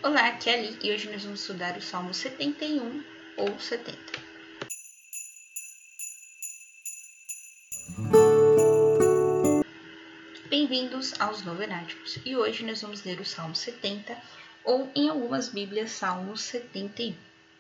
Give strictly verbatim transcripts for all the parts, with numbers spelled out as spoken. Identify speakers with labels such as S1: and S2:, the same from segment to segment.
S1: Olá, aqui é a Ali e hoje nós vamos estudar o Salmo setenta e um ou setenta. Bem-vindos aos Novenáticos e hoje nós vamos ler o Salmo setenta ou em algumas bíblias Salmo setenta e um.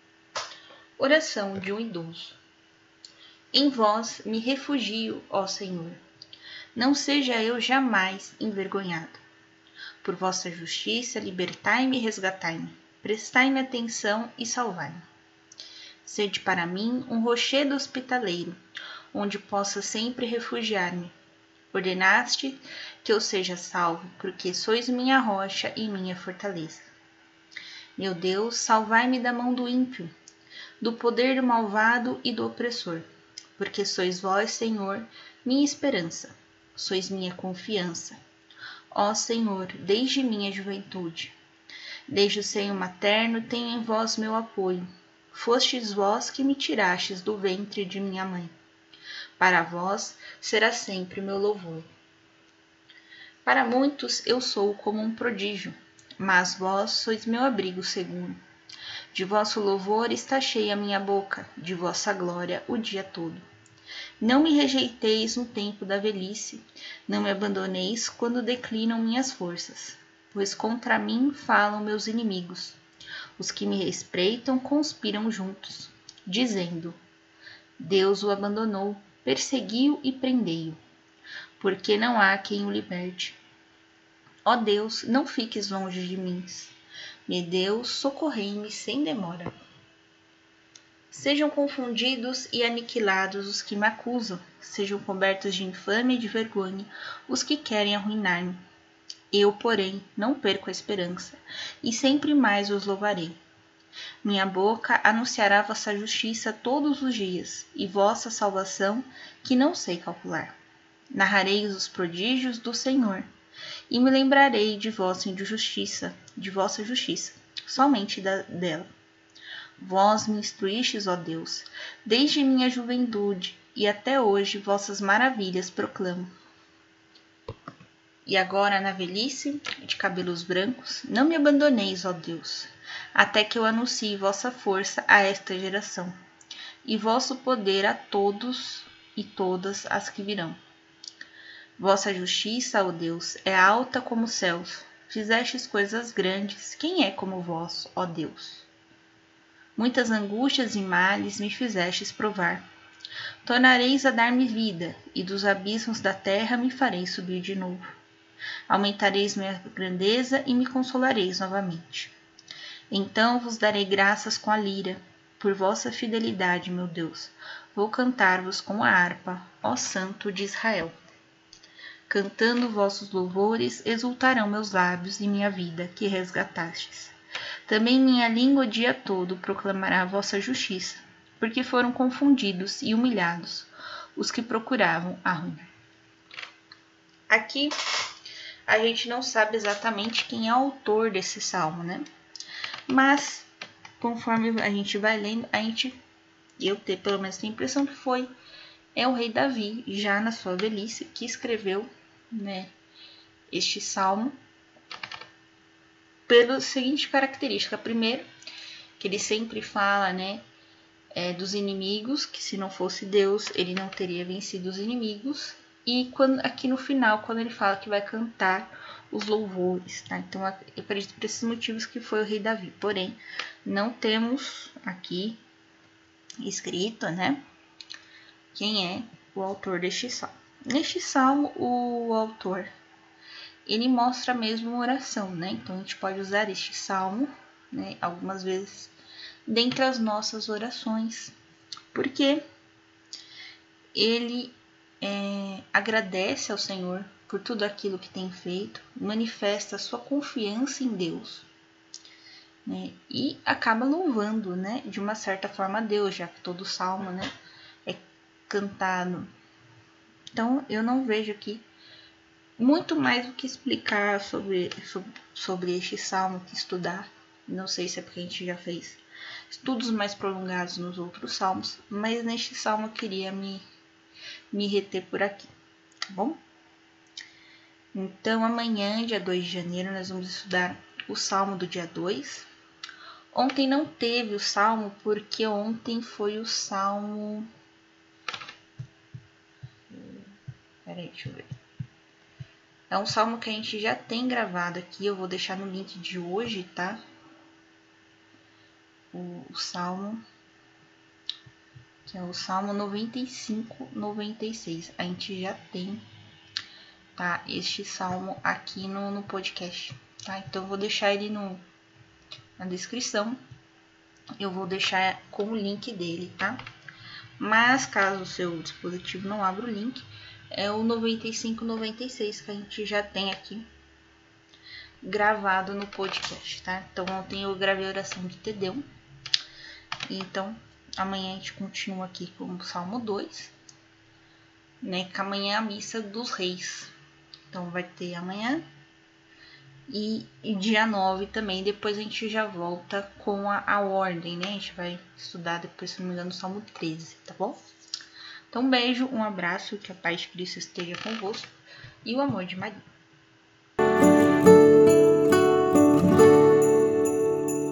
S1: Oração de um idoso. Em vós me refugio, ó Senhor. Não seja eu jamais envergonhado. Por vossa justiça, libertai-me e resgatai-me. Prestai-me atenção e salvai-me. Sede para mim um rochedo hospitaleiro, onde possa sempre refugiar-me. Ordenaste que eu seja salvo, porque sois minha rocha e minha fortaleza. Meu Deus, salvai-me da mão do ímpio, do poder do malvado e do opressor, porque sois vós, Senhor, minha esperança, sois minha confiança. Ó Senhor, desde minha juventude, desde o seio materno tenho em vós meu apoio. Fostes vós que me tirastes do ventre de minha mãe. Para vós será sempre meu louvor. Para muitos eu sou como um prodígio, mas vós sois meu abrigo seguro. De vosso louvor está cheia a minha boca, de vossa glória o dia todo. Não me rejeiteis no tempo da velhice, não me abandoneis quando declinam minhas forças, pois contra mim falam meus inimigos. Os que me respeitam conspiram juntos, dizendo: Deus o abandonou, perseguiu e prendei-o, porque não há quem o liberte. Ó Deus, não fiques longe de mim. Meu Deus, socorrei-me sem demora. Sejam confundidos e aniquilados os que me acusam, sejam cobertos de infâmia e de vergonha os que querem arruinar-me. Eu, porém, não perco a esperança, e sempre mais os louvarei. Minha boca anunciará vossa justiça todos os dias, e vossa salvação, que não sei calcular. Narrarei os prodígios do Senhor, e me lembrarei de vossa justiça, de vossa justiça, somente da, dela. Vós me instruístes, ó Deus, desde minha juventude, e até hoje vossas maravilhas proclamo. E agora, na velhice, de cabelos brancos, não me abandoneis, ó Deus, até que eu anuncie vossa força a esta geração, e vosso poder a todos e todas as que virão. Vossa justiça, ó Deus, é alta como os céus. Fizestes coisas grandes, quem é como vós, ó Deus? Muitas angústias e males me fizestes provar. Tornareis a dar-me vida, e dos abismos da terra me fareis subir de novo. Aumentareis minha grandeza e me consolareis novamente. Então vos darei graças com a lira, por vossa fidelidade, meu Deus. Vou cantar-vos com a harpa, ó Santo de Israel. Cantando vossos louvores, exultarão meus lábios e minha vida, que resgatastes. Também minha língua o dia todo proclamará a vossa justiça, porque foram confundidos e humilhados os que procuravam a ruína. Aqui a gente não sabe exatamente quem é o autor desse salmo, né? Mas conforme a gente vai lendo, a gente, eu ter pelo menos a impressão que foi é o rei Davi, já na sua velhice, que escreveu, né, este salmo pela seguinte característica. Primeiro, que ele sempre fala, né, é, dos inimigos, que se não fosse Deus, ele não teria vencido os inimigos. E quando, aqui no final, quando ele fala que vai cantar os louvores, tá? Então, eu acredito por esses motivos que foi o rei Davi. Porém, não temos aqui escrito, né, quem é o autor deste salmo. Neste salmo, o autor, ele mostra mesmo uma oração, né? Então, a gente pode usar este salmo, né, algumas vezes dentre as nossas orações, porque ele é, agradece ao Senhor por tudo aquilo que tem feito, manifesta a sua confiança em Deus, né, e acaba louvando, né, de uma certa forma a Deus, já que todo salmo, né, é cantado. Então, eu não vejo aqui muito mais o que explicar sobre, sobre, sobre este salmo, que estudar. Não sei se é porque a gente já fez estudos mais prolongados nos outros salmos, mas neste salmo eu queria me, me reter por aqui, tá bom? Então, amanhã, dia dois de janeiro, nós vamos estudar o salmo do dia dois. Ontem não teve o salmo, porque ontem foi o salmo... Peraí, deixa eu ver. É um salmo que a gente já tem gravado aqui, eu vou deixar no link de hoje, tá? O, o salmo... que é o salmo noventa e cinco, noventa e seis. A gente já tem, tá, este salmo aqui no, no podcast, tá? Então eu vou deixar ele no, na descrição, eu vou deixar com o link dele, tá? Mas caso o seu dispositivo não abra o link, é o noventa e cinco, noventa e seis que a gente já tem aqui gravado no podcast, tá? Então ontem eu gravei a oração de Tedeu, então amanhã a gente continua aqui com o Salmo dois, né? Que amanhã é a missa dos reis. Então vai ter amanhã e, e dia nove também. Depois a gente já volta com a, a ordem, né? A gente vai estudar depois, se não me engano, o Salmo treze, tá bom? Então um beijo, um abraço, que a paz de Cristo esteja convosco e o amor de Maria.